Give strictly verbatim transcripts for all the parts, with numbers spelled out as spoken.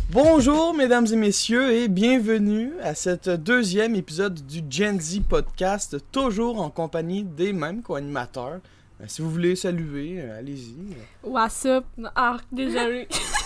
Bonjour mesdames et messieurs et bienvenue à cet deuxième épisode du Gen Z Podcast, toujours en compagnie des mêmes co-animateurs. Euh, si vous voulez saluer, euh, allez-y. What's up? Ah, désolé.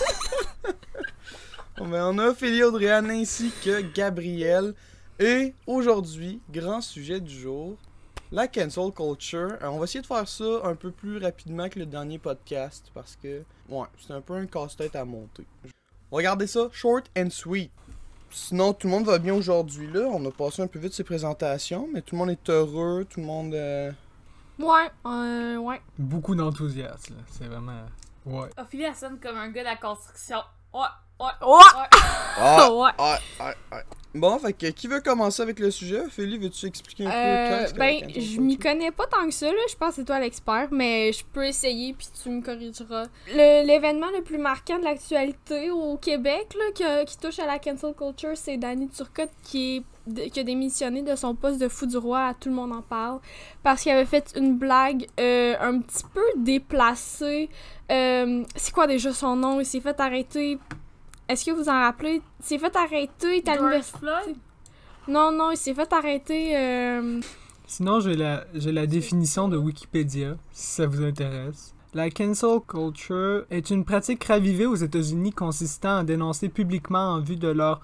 Bon, ben, on a Ophélie Audrey-Anne ainsi que Gabriel. Et aujourd'hui, grand sujet du jour, la cancel culture. Euh, on va essayer de faire ça un peu plus rapidement que le dernier podcast parce que, ouais, c'est un peu un casse-tête à monter. Regardez ça, short and sweet. Sinon, tout le monde va bien aujourd'hui, là. On a passé un peu vite ces présentations, mais tout le monde est heureux, tout le monde... Euh... Ouais, euh, ouais. Beaucoup d'enthousiasme, là. C'est vraiment... Ouais. Ophélie, elle sonne comme un gars de la construction. Ouais, ouais, Ouais! ouais. Ah, Ouais. ah, ah, ah. Bon, fait que qui veut commencer avec le sujet? Ophélie, veux-tu expliquer un peu Euh, qu'est-ce que la ben, cancel je m'y culture? connais pas tant que ça, là. Je pense que c'est toi l'expert, mais je peux essayer, puis tu me corrigeras. Le- L'événement le plus marquant de l'actualité au Québec, là, que- qui touche à la cancel culture, c'est Danny Turcotte qui, est, de- qui a démissionné de son poste de fou du roi. Tout le monde en parle. Parce qu'il avait fait une blague euh, un petit peu déplacée. Euh, c'est quoi déjà son nom? Il s'est fait arrêter... Est-ce que vous en rappelez? Il s'est fait arrêter, il est à George l'université. Floyd? Non, non, il s'est fait arrêter... Euh... Sinon, j'ai la, j'ai la définition de Wikipédia, si ça vous intéresse. La cancel culture est une pratique ravivée aux États-Unis consistant à dénoncer publiquement en vue de leur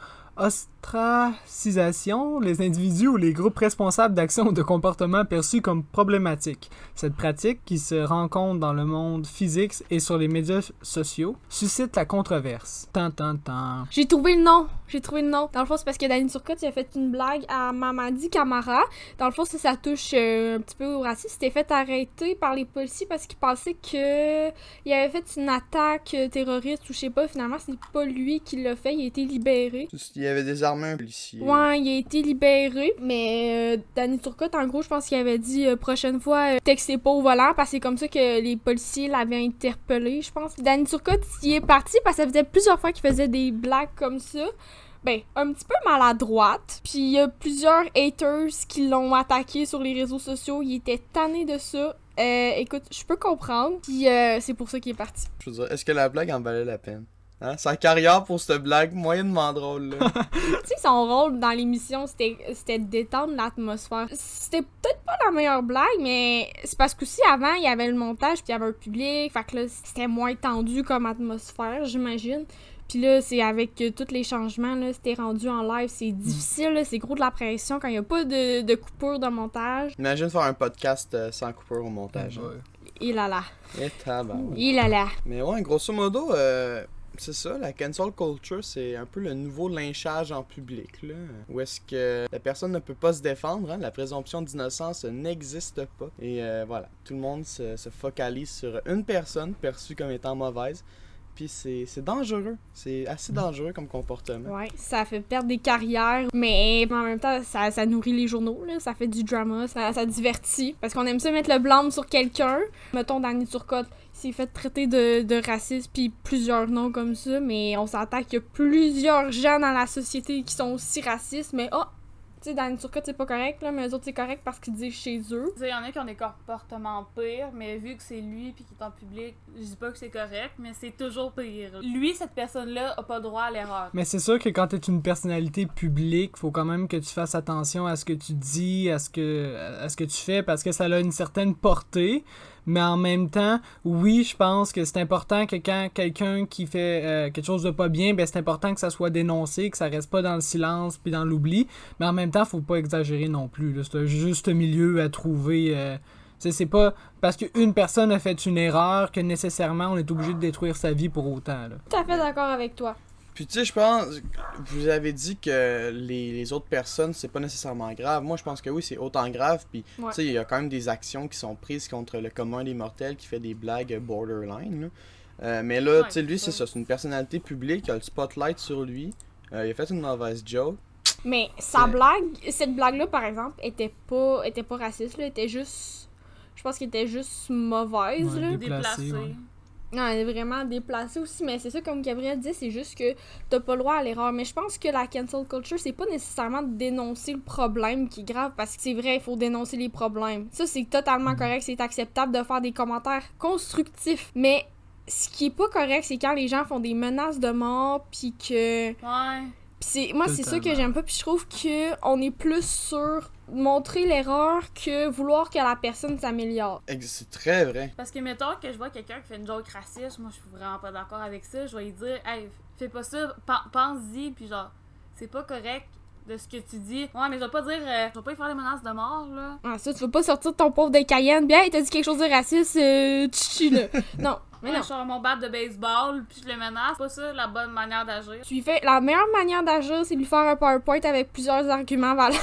ostracisation les individus ou les groupes responsables d'actions ou de comportements perçus comme problématiques. Cette pratique, qui se rencontre dans le monde physique et sur les médias sociaux, suscite la controverse. Tant, tant, tant. J'ai trouvé le nom. J'ai trouvé le nom. Dans le fond, c'est parce que Danny Turcotte il a fait une blague à Mamadi Camara. Dans le fond, ça, ça touche euh, un petit peu au racisme. Il s'était fait arrêter par les policiers parce qu'il pensait que il avait fait une attaque euh, terroriste ou je sais pas. Finalement, c'est pas lui qui l'a fait. Il a été libéré. Il y avait désarmé un policier. Ouais, il a été libéré, mais euh, Danny Turcotte, en gros, je pense qu'il avait dit euh, prochaine fois, euh, textez pas au volant, parce que c'est comme ça que les policiers l'avaient interpellé, je pense. Danny Turcotte, il est parti parce que ça faisait plusieurs fois qu'il faisait des blagues comme ça. Ben, un petit peu maladroite. Puis il y a plusieurs haters qui l'ont attaqué sur les réseaux sociaux. Il était tanné de ça. Euh, écoute, je peux comprendre. Puis euh, c'est pour ça qu'il est parti. Je veux dire, est-ce que la blague en valait la peine? Hein? Sa carrière pour cette blague moyennement drôle, là. Tu sais, son rôle dans l'émission, c'était, c'était de détendre l'atmosphère. C'était peut-être pas la meilleure blague, mais c'est parce qu'aussi, avant, il y avait le montage, puis il y avait un public, fait que là, c'était moins tendu comme atmosphère, j'imagine. Puis là, c'est avec euh, tous les changements, là, c'était rendu en live, c'est difficile, là, c'est gros de la pression quand il n'y a pas de, de coupure de montage. Imagine faire un podcast euh, sans coupure au montage. hein. Ouais. Et là là, Et tabarouette. et là là. Mais ouais, grosso modo, euh, c'est ça, la cancel culture, c'est un peu le nouveau lynchage en public, là. Où est-ce que la personne ne peut pas se défendre, hein, la présomption d'innocence n'existe pas. Et euh, voilà, tout le monde se, se focalise sur une personne perçue comme étant mauvaise. Puis c'est, c'est dangereux, c'est assez dangereux comme comportement. Ouais, ça fait perdre des carrières, mais en même temps, ça, ça nourrit les journaux, là, ça fait du drama, ça, ça divertit. Parce qu'on aime ça mettre le blâme sur quelqu'un. Mettons, Danny Turcotte, il s'est fait traiter de, de raciste, puis plusieurs noms comme ça, mais on s'entend qu'il y a plusieurs gens dans la société qui sont aussi racistes, mais oh! Tu sais, Danny Turcotte, c'est pas correct, là, mais eux autres, c'est correct parce qu'ils disent chez eux. Tu sais, il y en a qui ont des comportements pires, mais vu que c'est lui puis qu'il est en public, je dis pas que c'est correct, mais c'est toujours pire. Lui, cette personne-là, a pas droit à l'erreur. Mais c'est sûr que quand t'es une personnalité publique, faut quand même que tu fasses attention à ce que tu dis, à ce que, à ce que tu fais, parce que ça a une certaine portée. Mais en même temps, oui, je pense que c'est important que quand quelqu'un qui fait euh, quelque chose de pas bien, ben c'est important que ça soit dénoncé, que ça reste pas dans le silence puis dans l'oubli. Mais en même temps, faut pas exagérer non plus, là. C'est un juste milieu à trouver. Euh, c'est, c'est pas parce qu'une personne a fait une erreur que nécessairement on est obligé de détruire sa vie pour autant, là. Tout à fait d'accord avec toi. Puis tu sais, je pense, vous avez dit que les, les autres personnes, c'est pas nécessairement grave. Moi, je pense que oui, c'est autant grave. Puis Ouais. tu sais, il y a quand même des actions qui sont prises contre le commun des mortels qui fait des blagues borderline, là. Euh, mais là, Ouais, tu sais, lui, c'est c'est ça, c'est une personnalité publique, il a le spotlight sur lui. Euh, il a fait une mauvaise joke. Mais sa C'est- blague, cette blague-là, par exemple, était pas, était pas raciste, là, était juste... Je pense qu'elle était juste mauvaise, Ouais, là. Déplacé, Déplacé. ouais. Non, elle est vraiment déplacée aussi, mais c'est ça, comme Gabriel dit, c'est juste que t'as pas le droit à l'erreur. Mais je pense que la cancel culture, c'est pas nécessairement de dénoncer le problème qui est grave, parce que c'est vrai, il faut dénoncer les problèmes. Ça, c'est totalement correct, c'est acceptable de faire des commentaires constructifs, mais ce qui est pas correct, c'est quand les gens font des menaces de mort, puis que... Ouais. Pis c'est, moi, c'est ça que j'aime pas, puis je trouve que on est plus sur montrer l'erreur que vouloir que la personne s'améliore. C'est très vrai. Parce que, mettons que je vois quelqu'un qui fait une joke raciste, moi, je suis vraiment pas d'accord avec ça. Je vais lui dire, hey, fais pas ça, pen- pense-y, puis genre, c'est pas correct de ce que tu dis. Ouais, mais je vais pas dire, euh, je vais pas lui faire des menaces de mort, là. Ah, ça, tu veux pas sortir de ton pauvre de Cayenne, bien, hey, t'as dit quelque chose de raciste, euh, tchi là. Non, mais Moi, non. je sors mon bat de baseball, puis je le menace. C'est pas ça la bonne manière d'agir. Tu lui fais, la meilleure manière d'agir, c'est de lui faire un PowerPoint avec plusieurs arguments valables.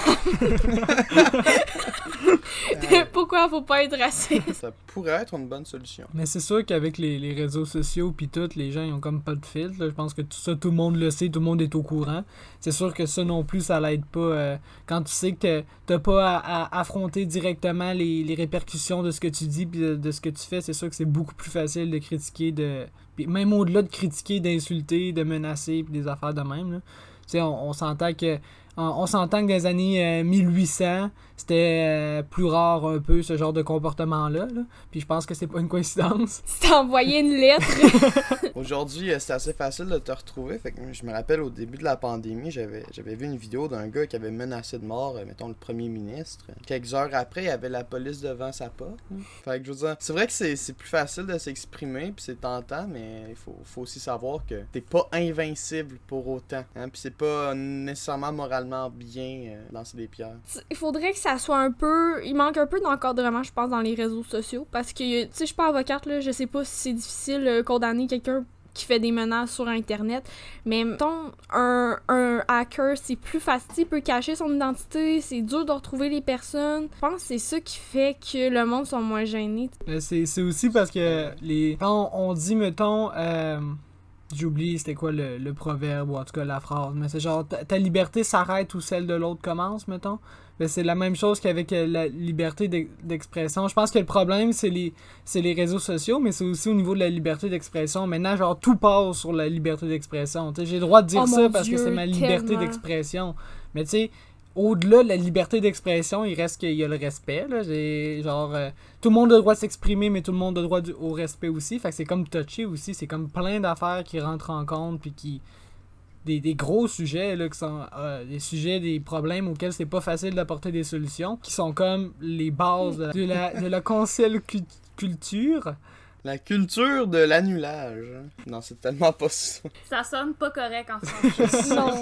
Pourquoi faut pas être raciste? Ça pourrait être une bonne solution. Mais c'est sûr qu'avec les, les réseaux sociaux pis tout, les gens ils ont comme pas de filtre. Là. Je pense que tout ça, tout le monde le sait, tout le monde est au courant. C'est sûr que ça non plus, ça l'aide pas. Euh, quand tu sais que t'as pas à, à affronter directement les, les répercussions de ce que tu dis pis de, de ce que tu fais, c'est sûr que c'est beaucoup plus facile de critiquer, de pis même au-delà de critiquer, d'insulter, de menacer pis des affaires de même. Là. Tu sais, on, on s'entend que on, on s'entend que dans les années euh, mille huit cents, c'était euh, plus rare un peu ce genre de comportement-là. Là. Puis je pense que c'est pas une coïncidence. Tu t'as envoyé une lettre. Aujourd'hui, euh, c'est assez facile de te retrouver. Fait que je me rappelle au début de la pandémie, j'avais j'avais vu une vidéo d'un gars qui avait menacé de mort, euh, mettons, le premier ministre. Quelques heures après, il y avait la police devant sa porte. Là. Fait que je veux dire, c'est vrai que c'est c'est plus facile de s'exprimer, puis c'est tentant, mais il faut, faut aussi savoir que t'es pas invincible pour autant. Hein? Puis c'est pas nécessairement moralement bien euh, lancer des pierres. Il faudrait que ça soit un peu... Il manque un peu d'encadrement, je pense, dans les réseaux sociaux. Parce que, tu sais, je suis pas avocate, là, je sais pas si c'est difficile de condamner quelqu'un qui fait des menaces sur Internet. Mais, mettons, un, un hacker, c'est plus facile, il peut cacher son identité, c'est dur de retrouver les personnes. Je pense que c'est ça qui fait que le monde soit moins gêné. Euh, c'est, c'est aussi parce que les quand on, on dit, mettons... Euh... J'oublie c'était quoi le, le proverbe, ou en tout cas la phrase, mais c'est genre ta, ta liberté s'arrête où celle de l'autre commence, mettons. Mais c'est la même chose qu'avec la liberté d'expression. Je pense que le problème, c'est les, c'est les réseaux sociaux, mais c'est aussi au niveau de la liberté d'expression. Maintenant, genre, tout passe sur la liberté d'expression. T'sais, j'ai le droit de dire oh ça parce Dieu, que c'est ma liberté tellement. d'expression. Mais tu sais, au-delà de la liberté d'expression, il reste qu'il y a le respect. Là. J'ai, genre, euh, tout le monde a le droit de s'exprimer, mais tout le monde a le droit du, au respect aussi. Fait que c'est comme touché aussi. C'est comme plein d'affaires qui rentrent en compte, puis qui... Des, des gros sujets, là, qui sont euh, des sujets, des problèmes auxquels c'est pas facile d'apporter des solutions, qui sont comme les bases de la, de la cancel cu- culture. La culture de l'annulage. Non, c'est tellement pas ça. Ça sonne pas correct en français. Non.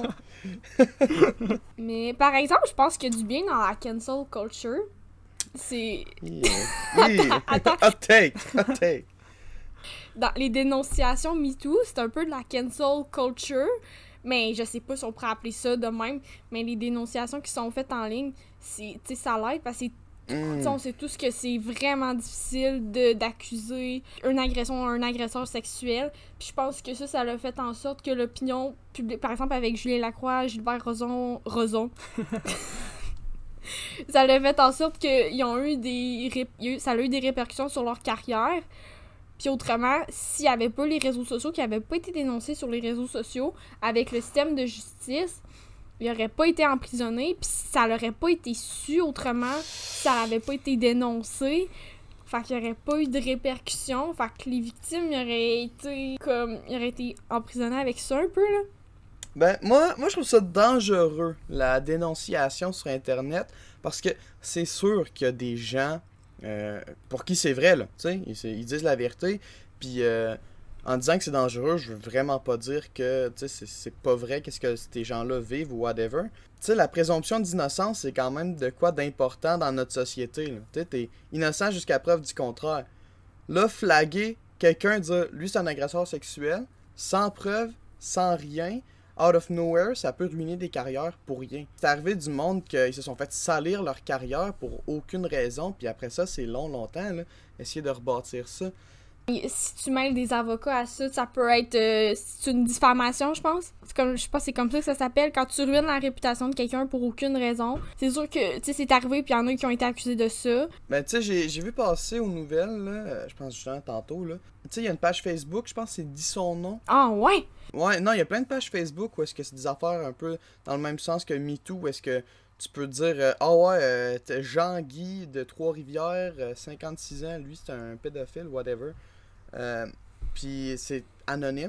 Mais, par exemple, je pense qu'il y a du bien dans la cancel culture. C'est... Yeah. Yeah. Attends. Hot take, hot take. Dans les dénonciations MeToo, c'est un peu de la cancel culture, mais je sais pas si on pourrait appeler ça de même, mais les dénonciations qui sont faites en ligne, c'est, tu sais, ça l'aide parce que Mm. on sait tous que c'est vraiment difficile de, d'accuser une agression à un agresseur sexuel. Puis je pense que ça, ça l'a fait en sorte que l'opinion publique, par exemple avec Julien Lacroix, Gilbert Rozon, Rozon, ça l'a fait en sorte qu'ils ont eu des, ré- ça a eu des répercussions sur leur carrière. Puis autrement, s'il n'y avait pas les réseaux sociaux, qui n'avaient pas été dénoncés sur les réseaux sociaux, avec le système de justice, il n'aurait pas été emprisonné, puis ça n'aurait pas été su autrement, si ça n'avait pas été dénoncé. Fait qu'il n'y aurait pas eu de répercussions, fait que les victimes ils auraient été comme ils auraient été emprisonnés avec ça un peu là. Ben, moi, moi, je trouve ça dangereux, la dénonciation sur Internet, parce que c'est sûr qu'il y a des gens euh, pour qui c'est vrai, là, tu sais, ils, ils disent la vérité, puis euh, en disant que c'est dangereux, je veux vraiment pas dire que, tu sais, c'est, c'est pas vrai, qu'est-ce que ces gens-là vivent ou whatever. Tu sais, la présomption d'innocence, c'est quand même de quoi d'important dans notre société, là. Tu sais, t'es innocent jusqu'à preuve du contraire. Là, flaguer quelqu'un, dire, lui, c'est un agresseur sexuel, sans preuve, sans rien, out of nowhere, ça peut ruiner des carrières pour rien. C'est arrivé du monde qu'ils se sont fait salir leur carrière pour aucune raison, puis après ça, c'est long, longtemps, là, essayer de rebâtir ça. Et si tu mêles des avocats à ça, ça peut être euh, c'est une diffamation, je pense. C'est comme, je pense que c'est comme ça que ça s'appelle. Quand tu ruines la réputation de quelqu'un pour aucune raison, c'est sûr que, tu sais, c'est arrivé, puis il y en a qui ont été accusés de ça. Ben, tu sais, j'ai, j'ai vu passer aux nouvelles, là, euh, je pense justement tantôt, là. Tu sais, il y a une page Facebook, je pense que c'est Dit son nom. Ah ouais! Ouais, non, il y a plein de pages Facebook où est-ce que c'est des affaires un peu dans le même sens que MeToo, où est-ce que tu peux dire euh, ah ouais, euh, t'es Jean-Guy de Trois-Rivières, euh, cinquante-six ans, lui c'est un pédophile, whatever. Euh, puis c'est anonyme,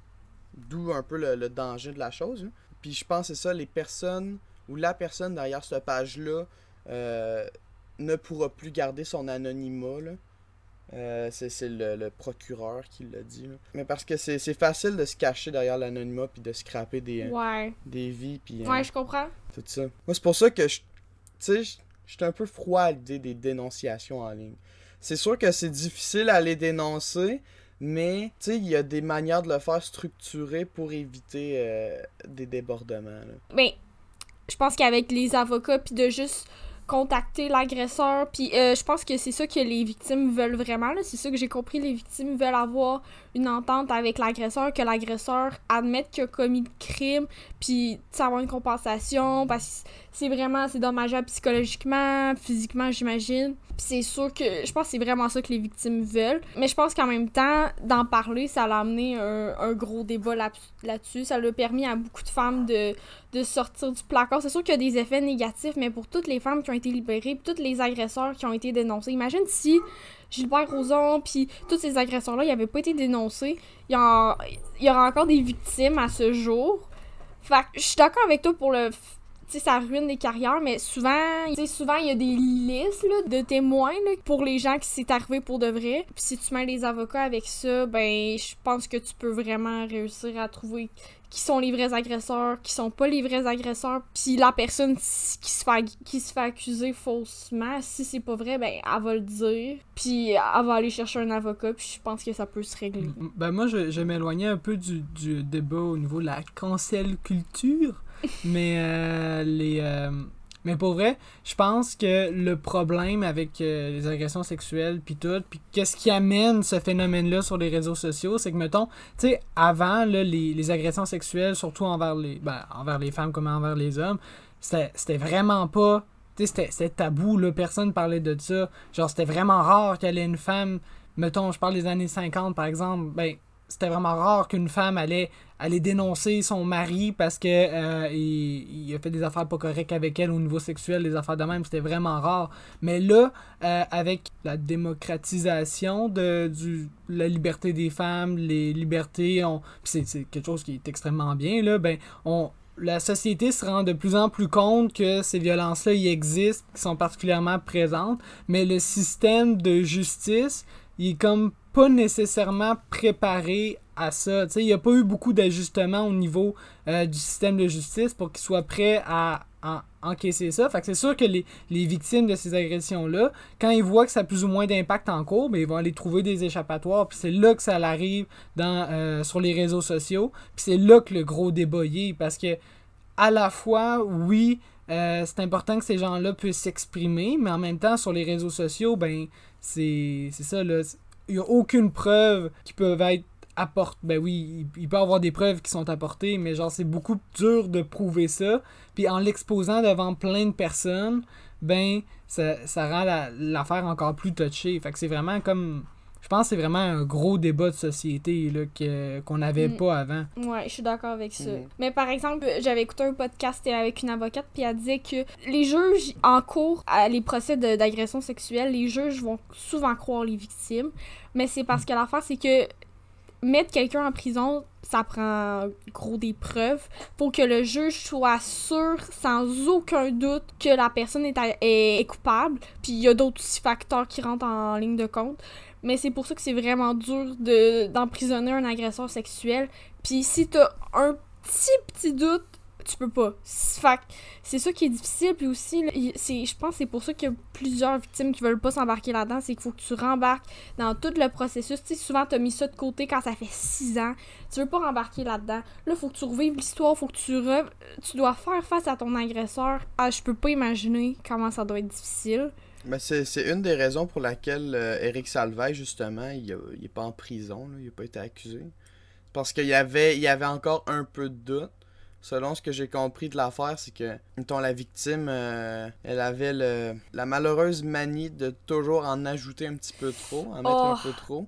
d'où un peu le, le danger de la chose. Hein. Puis je pense que c'est ça, les personnes, ou la personne derrière cette page-là, euh, ne pourra plus garder son anonymat, là. Euh, c'est c'est le, le procureur qui l'a dit. Là. Mais parce que c'est c'est facile de se cacher derrière l'anonymat puis de scraper des, euh, Ouais. des vies puis euh, Ouais, je comprends. tout ça. Moi, c'est pour ça que je, tu sais, je j'étais un peu froid à l'idée des dénonciations en ligne. C'est sûr que c'est difficile à les dénoncer, mais tu sais, il y a des manières de le faire structurées pour éviter euh, des débordements. Là. Ben, je pense qu'avec les avocats, puis de juste contacter l'agresseur, puis euh, je pense que c'est ça que les victimes veulent vraiment, là. C'est ça que j'ai compris, les victimes veulent avoir une entente avec l'agresseur, que l'agresseur admette qu'il a commis le crime, puis avoir une compensation, parce que c'est vraiment, c'est dommageable psychologiquement, physiquement, j'imagine. Puis c'est sûr que, je pense que c'est vraiment ça que les victimes veulent, mais je pense qu'en même temps, d'en parler, ça l'a amené un, un gros débat là- là-dessus, ça l'a permis à beaucoup de femmes de, de sortir du placard. C'est sûr qu'il y a des effets négatifs, mais pour toutes les femmes qui ont été libérées, puis tous les agresseurs qui ont été dénoncés, imagine si Gilbert Rozon, puis tous ces agresseurs-là, ils n'avaient pas été dénoncés, il y, en, il y aura encore des victimes à ce jour. Fait que je suis d'accord avec toi pour le... Tu sais, ça ruine des carrières, mais souvent, tu sais, souvent, il y a des listes, là, de témoins, là, pour les gens qui c'est arrivé pour de vrai. Puis si tu mets les avocats avec ça, ben, je pense que tu peux vraiment réussir à trouver qui sont les vrais agresseurs, qui sont pas les vrais agresseurs, puis la personne qui se fait, qui se fait accuser faussement, si c'est pas vrai, ben, elle va le dire, puis elle va aller chercher un avocat, puis je pense que ça peut se régler. Ben moi, je, je m'éloignais un peu du, du débat au niveau de la cancel culture, mais euh, les... Euh, mais pour vrai, je pense que le problème avec euh, les agressions sexuelles puis tout, puis qu'est-ce qui amène ce phénomène-là sur les réseaux sociaux, c'est que, mettons, tu sais, avant, là, les, les agressions sexuelles, surtout envers les, ben, envers les femmes comme envers les hommes, c'était, c'était vraiment pas... Tu sais, c'était, c'était tabou, là, personne parlait de ça. Genre, c'était vraiment rare qu'il y ait une femme... Mettons, je parle des années cinquante, par exemple, ben... C'était vraiment rare qu'une femme allait, allait dénoncer son mari parce que euh, il, il a fait des affaires pas correctes avec elle au niveau sexuel, des affaires de même, c'était vraiment rare. Mais là, euh, avec la démocratisation de du, la liberté des femmes, les libertés, on, pis c'est, c'est quelque chose qui est extrêmement bien, là, ben, on, la société se rend de plus en plus compte que ces violences-là, y existent, qui sont particulièrement présentes, mais le système de justice, il est comme pas nécessairement préparé à ça. Il n'y a pas eu beaucoup d'ajustements au niveau euh, du système de justice pour qu'il soit prêt à, à encaisser ça. Fait que c'est sûr que les, les victimes de ces agressions-là, quand ils voient que ça a plus ou moins d'impact en cours, ben, ils vont aller trouver des échappatoires. Puis c'est là que ça arrive dans, euh, sur les réseaux sociaux. Puis c'est là que le gros débat y est. Parce que à la fois, oui, euh, c'est important que ces gens-là puissent s'exprimer, mais en même temps, sur les réseaux sociaux, ben c'est, c'est ça, là. Il n'y a aucune preuve qui peut être apportée. Ben oui, il, il peut y avoir des preuves qui sont apportées, mais genre, c'est beaucoup dur de prouver ça. Puis en l'exposant devant plein de personnes, ben, ça, ça rend la, l'affaire encore plus touchée. Fait que c'est vraiment comme... Je pense que c'est vraiment un gros débat de société là, que, qu'on n'avait mm. pas avant. Ouais, je suis d'accord avec ça. Mm. Mais par exemple, j'avais écouté un podcast avec une avocate, puis elle disait que les juges en cours, à les procès de, d'agression sexuelle, les juges vont souvent croire les victimes. Mais c'est parce que l'affaire, c'est que mettre quelqu'un en prison, ça prend gros des preuves. Faut que le juge soit sûr, sans aucun doute, que la personne est, à, est, est coupable. Puis il y a d'autres facteurs qui rentrent en ligne de compte. Mais c'est pour ça que c'est vraiment dur de, d'emprisonner un agresseur sexuel. Puis si t'as un petit, petit doute, tu peux pas. Fait que c'est ça qui est difficile. Puis aussi, là, c'est, je pense que c'est pour ça qu'il y a plusieurs victimes qui veulent pas s'embarquer là-dedans. C'est qu'il faut que tu rembarques dans tout le processus. Tu sais, souvent, t'as mis ça de côté quand ça fait six ans. Tu veux pas rembarquer là-dedans. Là, il faut que tu revives l'histoire. Faut que tu re... Tu dois faire face à ton agresseur. Ah, je peux pas imaginer comment ça doit être difficile. Ben c'est, c'est une des raisons pour laquelle euh, Éric Salvaille, justement, il, a, il est pas en prison, là, il a pas été accusé. Parce qu'il y avait, il y avait encore un peu de doute. Selon ce que j'ai compris de l'affaire, c'est que, mettons, la victime, euh, elle avait le, la malheureuse manie de toujours en ajouter un petit peu trop, en mettre oh. un peu trop.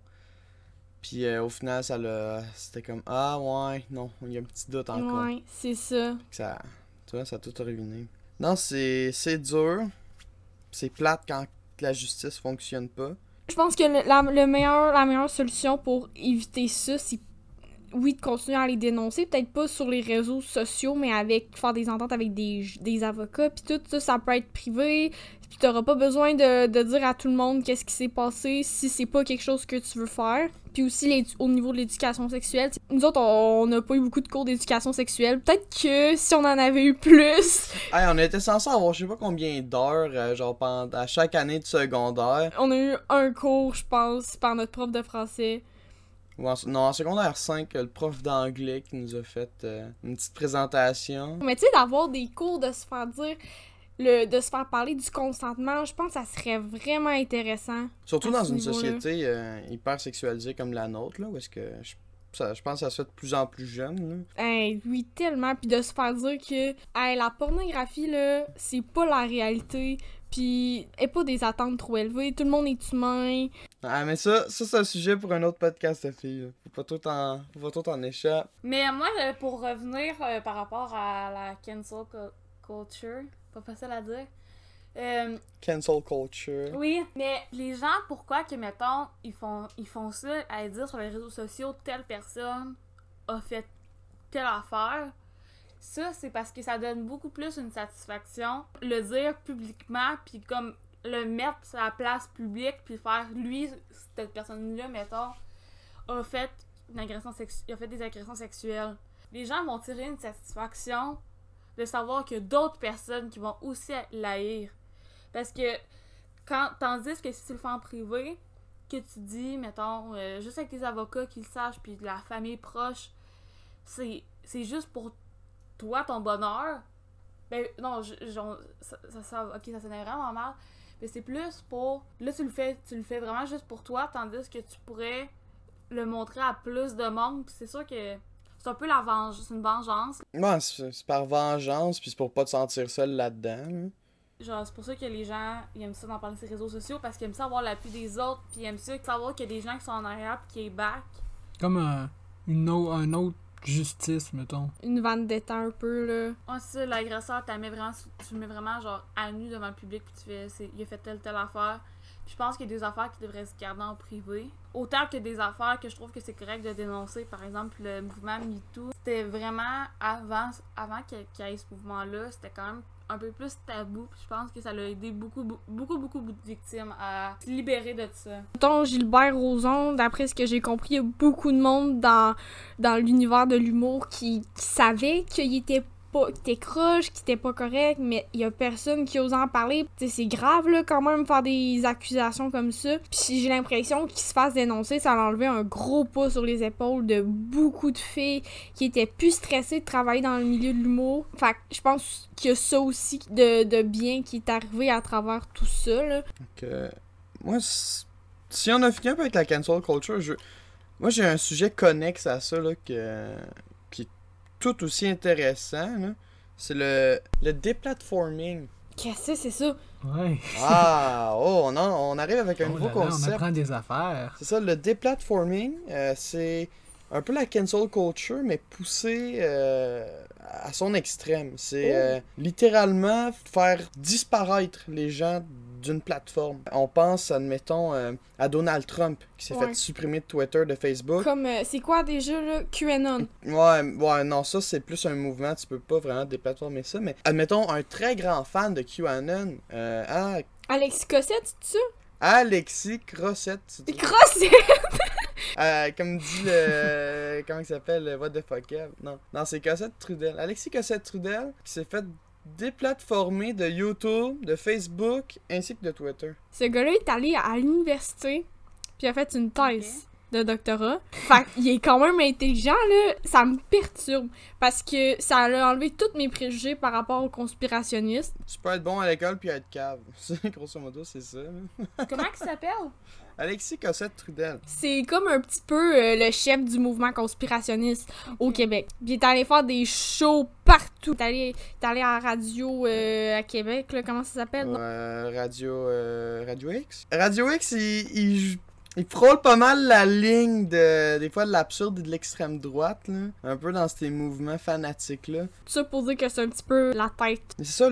Puis euh, au final, ça l'a, c'était comme, ah ouais, non, il y a un petit doute encore. Ouais, c'est ça. ça tu vois, ça a tout ruiné. Non, c'est, c'est dur. C'est plate quand la justice fonctionne pas. Je pense que le, la, le meilleur, la meilleure solution pour éviter ça, c'est oui, de continuer à les dénoncer, peut-être pas sur les réseaux sociaux, mais avec faire des ententes avec des, des avocats, puis tout ça, ça peut être privé, puis t'auras pas besoin de, de dire à tout le monde qu'est-ce qui s'est passé si c'est pas quelque chose que tu veux faire. Puis aussi, les, au niveau de l'éducation sexuelle, nous autres, on n'a pas eu beaucoup de cours d'éducation sexuelle. Peut-être que si on en avait eu plus... Hey, on était censé avoir je sais pas combien d'heures, euh, genre pendant à chaque année de secondaire. On a eu un cours, je pense, par notre prof de français. Ou en, non, en secondaire cinq, le prof d'anglais qui nous a fait euh, une petite présentation. Mais tu sais, d'avoir des cours, de se faire dire, le, de se faire parler du consentement, je pense que ça serait vraiment intéressant. Surtout à dans ce une niveau-là. société euh, hyper sexualisée comme la nôtre, là, où est-ce que je, ça, je pense que ça se fait de plus en plus jeune. Là. Hey, oui, tellement. Puis de se faire dire que hey, la pornographie, là, c'est pas la réalité. Puis, et pas des attentes trop élevées. Tout le monde est humain. Ah, mais ça, ça c'est un sujet pour un autre podcast, de filles. Là. Faut pas tout en, faut pas tout en échappe. Mais moi, euh, pour revenir euh, par rapport à la cancel cu- culture, pas facile à dire. Euh, Cancel culture. oui, mais les gens, pourquoi que, mettons, ils font, ils font ça à dire sur les réseaux sociaux, telle personne a fait telle affaire, ça, c'est parce que ça donne beaucoup plus une satisfaction. Le dire publiquement, puis comme le mettre sur la place publique, puis faire, lui, cette personne-là, mettons, a fait une agression sexu- il a fait des agressions sexuelles. Les gens vont tirer une satisfaction de savoir qu'il y a d'autres personnes qui vont aussi l'haïr. Parce que, quand, tandis que si tu le fais en privé, que tu dis, mettons, euh, juste avec tes avocats qui le sachent, puis de la famille proche, c'est, c'est juste pour toi, ton bonheur. Ben, non, je, je, ça, ça, ça, ok, ça sonnait vraiment mal, mais c'est plus pour, là, tu le fais, tu le fais vraiment juste pour toi, tandis que tu pourrais le montrer à plus de monde, puis c'est sûr que c'est un peu la vengeance, c'est une vengeance. Ouais, c'est, c'est par vengeance, puis c'est pour pas te sentir seul là-dedans. Là. Genre, c'est pour ça que les gens, ils aiment ça d'en parler sur les réseaux sociaux, parce qu'ils aiment ça avoir l'appui des autres, puis ils aiment ça savoir qu'il y a des gens qui sont en arrière, puis qui est back. Comme euh, une au- un autre justice, mettons. Une vendetta un peu, là. Ouais, c'est ça, l'agresseur, tu mets vraiment, tu le mets vraiment genre à nu devant le public, puis tu fais, c'est, il a fait telle, telle affaire. Puis je pense qu'il y a des affaires qui devraient se garder en privé. Autant que des affaires que je trouve que c'est correct de dénoncer. Par exemple, le mouvement MeToo, c'était vraiment avant, avant qu'il y ait ce mouvement-là, c'était quand même un peu plus tabou. Puis je pense que ça l'a aidé beaucoup, beaucoup, beaucoup, beaucoup de victimes à se libérer de ça. Mettons, Gilbert Rozon, d'après ce que j'ai compris, il y a beaucoup de monde dans, dans l'univers de l'humour qui, qui savait qu'il était pas, qu'il était croche, qu'il était pas correct, mais il y a personne qui ose en parler. T'sais, c'est grave, là, quand même, faire des accusations comme ça. Puis j'ai l'impression qu'il se fasse dénoncer, ça a enlevé un gros poids sur les épaules de beaucoup de filles qui étaient plus stressées de travailler dans le milieu de l'humour. Fait que je pense qu'il y a ça aussi de, de bien qui est arrivé à travers tout ça, là. Donc, euh, moi, c- si on a fini un peu avec la cancel culture, je... moi j'ai un sujet connexe à ça, là, que... qui est tout aussi intéressant, là. C'est le, le déplatforming. Qu'est-ce que c'est ça? Ouais. Ah, oh, on, en- on arrive avec un Oh nouveau là là, on concept. apprend des affaires. C'est ça, le déplatforming, euh, c'est un peu la cancel culture, mais poussé euh, à son extrême. C'est Oh. euh, littéralement faire disparaître les gens d'une plateforme. On pense, admettons, euh, à Donald Trump, qui s'est Ouais. fait supprimer de Twitter, de Facebook. Comme, euh, c'est quoi déjà, là? QAnon. Ouais, ouais, non, ça c'est plus un mouvement, tu peux pas vraiment déplatformer ça, mais admettons, un très grand fan de QAnon, euh, ah, Alexis Cossette, c'est ça? Alexis Crossette, tu dis? Crossette! Euh, comme dit le. Comment il s'appelle? le What the fuck? Kev? Non. Non, c'est Cossette Trudel. Alexis Cossette Trudel qui s'est fait déplatformer de YouTube, de Facebook ainsi que de Twitter. Ce gars-là est allé à l'université, puis il a fait une thèse de doctorat. Fait qu'il est quand même intelligent, là. Ça me perturbe, parce que ça a enlevé tous mes préjugés par rapport aux conspirationnistes. Tu peux être bon à l'école puis être cave. Grosso modo, c'est ça. là. Comment il s'appelle? Alexis Cossette Trudel. C'est comme un petit peu euh, le chef du mouvement conspirationniste au Québec. Puis il est allé faire des shows partout. Il est allé, il est allé à la radio euh, à Québec, là. Comment ça s'appelle? Euh, Radio. euh, Radio X. Radio X, il, il, il frôle pas mal la ligne de. Des fois de l'absurde et de l'extrême droite, là. Un peu dans ces mouvements fanatiques-là. Tout ça pour dire que c'est un petit peu la tête. Mais c'est ça, le,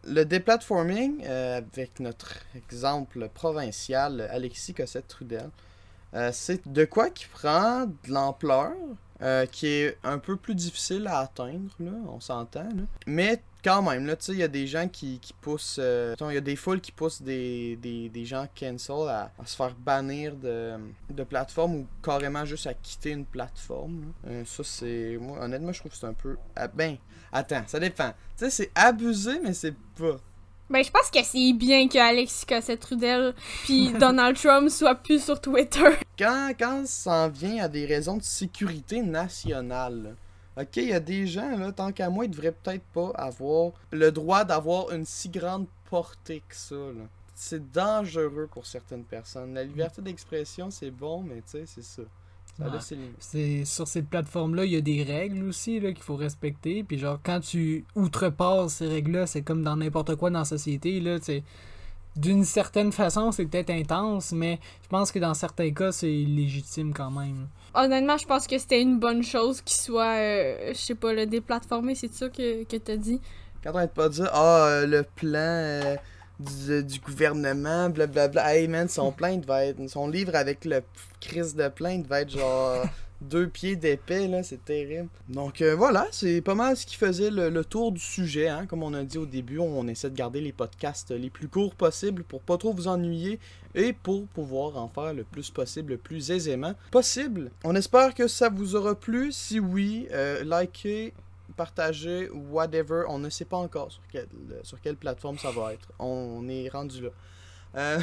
le déplatforming, euh, avec notre exemple provincial, Alexis Cossette-Trudel, euh, c'est de quoi qui prend de l'ampleur, euh, qui est un peu plus difficile à atteindre, là, on s'entend, là. Mais quand même, là, tu sais, il y a des gens qui, qui poussent... euh, Il y a des foules qui poussent des, des, des gens cancel à, à se faire bannir de, de plateforme ou carrément juste à quitter une plateforme. Là. Euh, ça, c'est... Moi, honnêtement, je trouve que c'est un peu... Ah, ben, attends, ça dépend. Tu sais, c'est abusé, mais c'est pas... Ben, je pense que c'est bien que Alexis Cossette-Trudel puis Donald Trump soient plus sur Twitter. Quand, quand ça en vient à des raisons de sécurité nationale, là, ok, il y a des gens, là, tant qu'à moi, ils devraient peut-être pas avoir le droit d'avoir une si grande portée que ça, là. C'est dangereux pour certaines personnes. La liberté d'expression, c'est bon, mais tu sais, c'est ça. Ça Ouais. a ses limites. C'est, sur cette plateforme-là, il y a des règles aussi là, qu'il faut respecter. Puis genre, quand tu outrepasses ces règles-là, c'est comme dans n'importe quoi dans la société. Là, t'sais, d'une certaine façon, c'est peut-être intense, mais je pense que dans certains cas, c'est légitime quand même. Honnêtement, je pense que c'était une bonne chose qu'il soit, euh, je sais pas, le déplatformé, c'est ça que, que t'as dit. Quand on arrête pas de dire, ah, euh, le plan euh, du, du gouvernement, blablabla. Hey man, son plan, il devait être. Son livre avec le crise de plan, il devait être genre deux pieds d'épais, là, c'est terrible. Donc euh, voilà, c'est pas mal ce qui faisait le, le tour du sujet, hein. Comme on a dit au début, on essaie de garder les podcasts les plus courts possibles pour pas trop vous ennuyer et pour pouvoir en faire le plus possible, le plus aisément possible. On espère que ça vous aura plu. Si oui, euh, likez, partagez, whatever. On ne sait pas encore sur quelle, sur quelle plateforme ça va être. On est rendu là. Euh,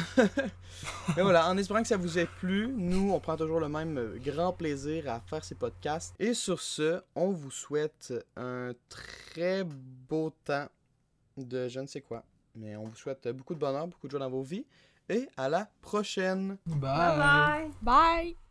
Mais voilà, en espérant que ça vous ait plu, nous, on prend toujours le même euh, grand plaisir à faire ces podcasts. Et sur ce, on vous souhaite un très beau temps de je ne sais quoi. Mais on vous souhaite beaucoup de bonheur, beaucoup de joie dans vos vies. Et à la prochaine! Bye! Bye bye! Bye!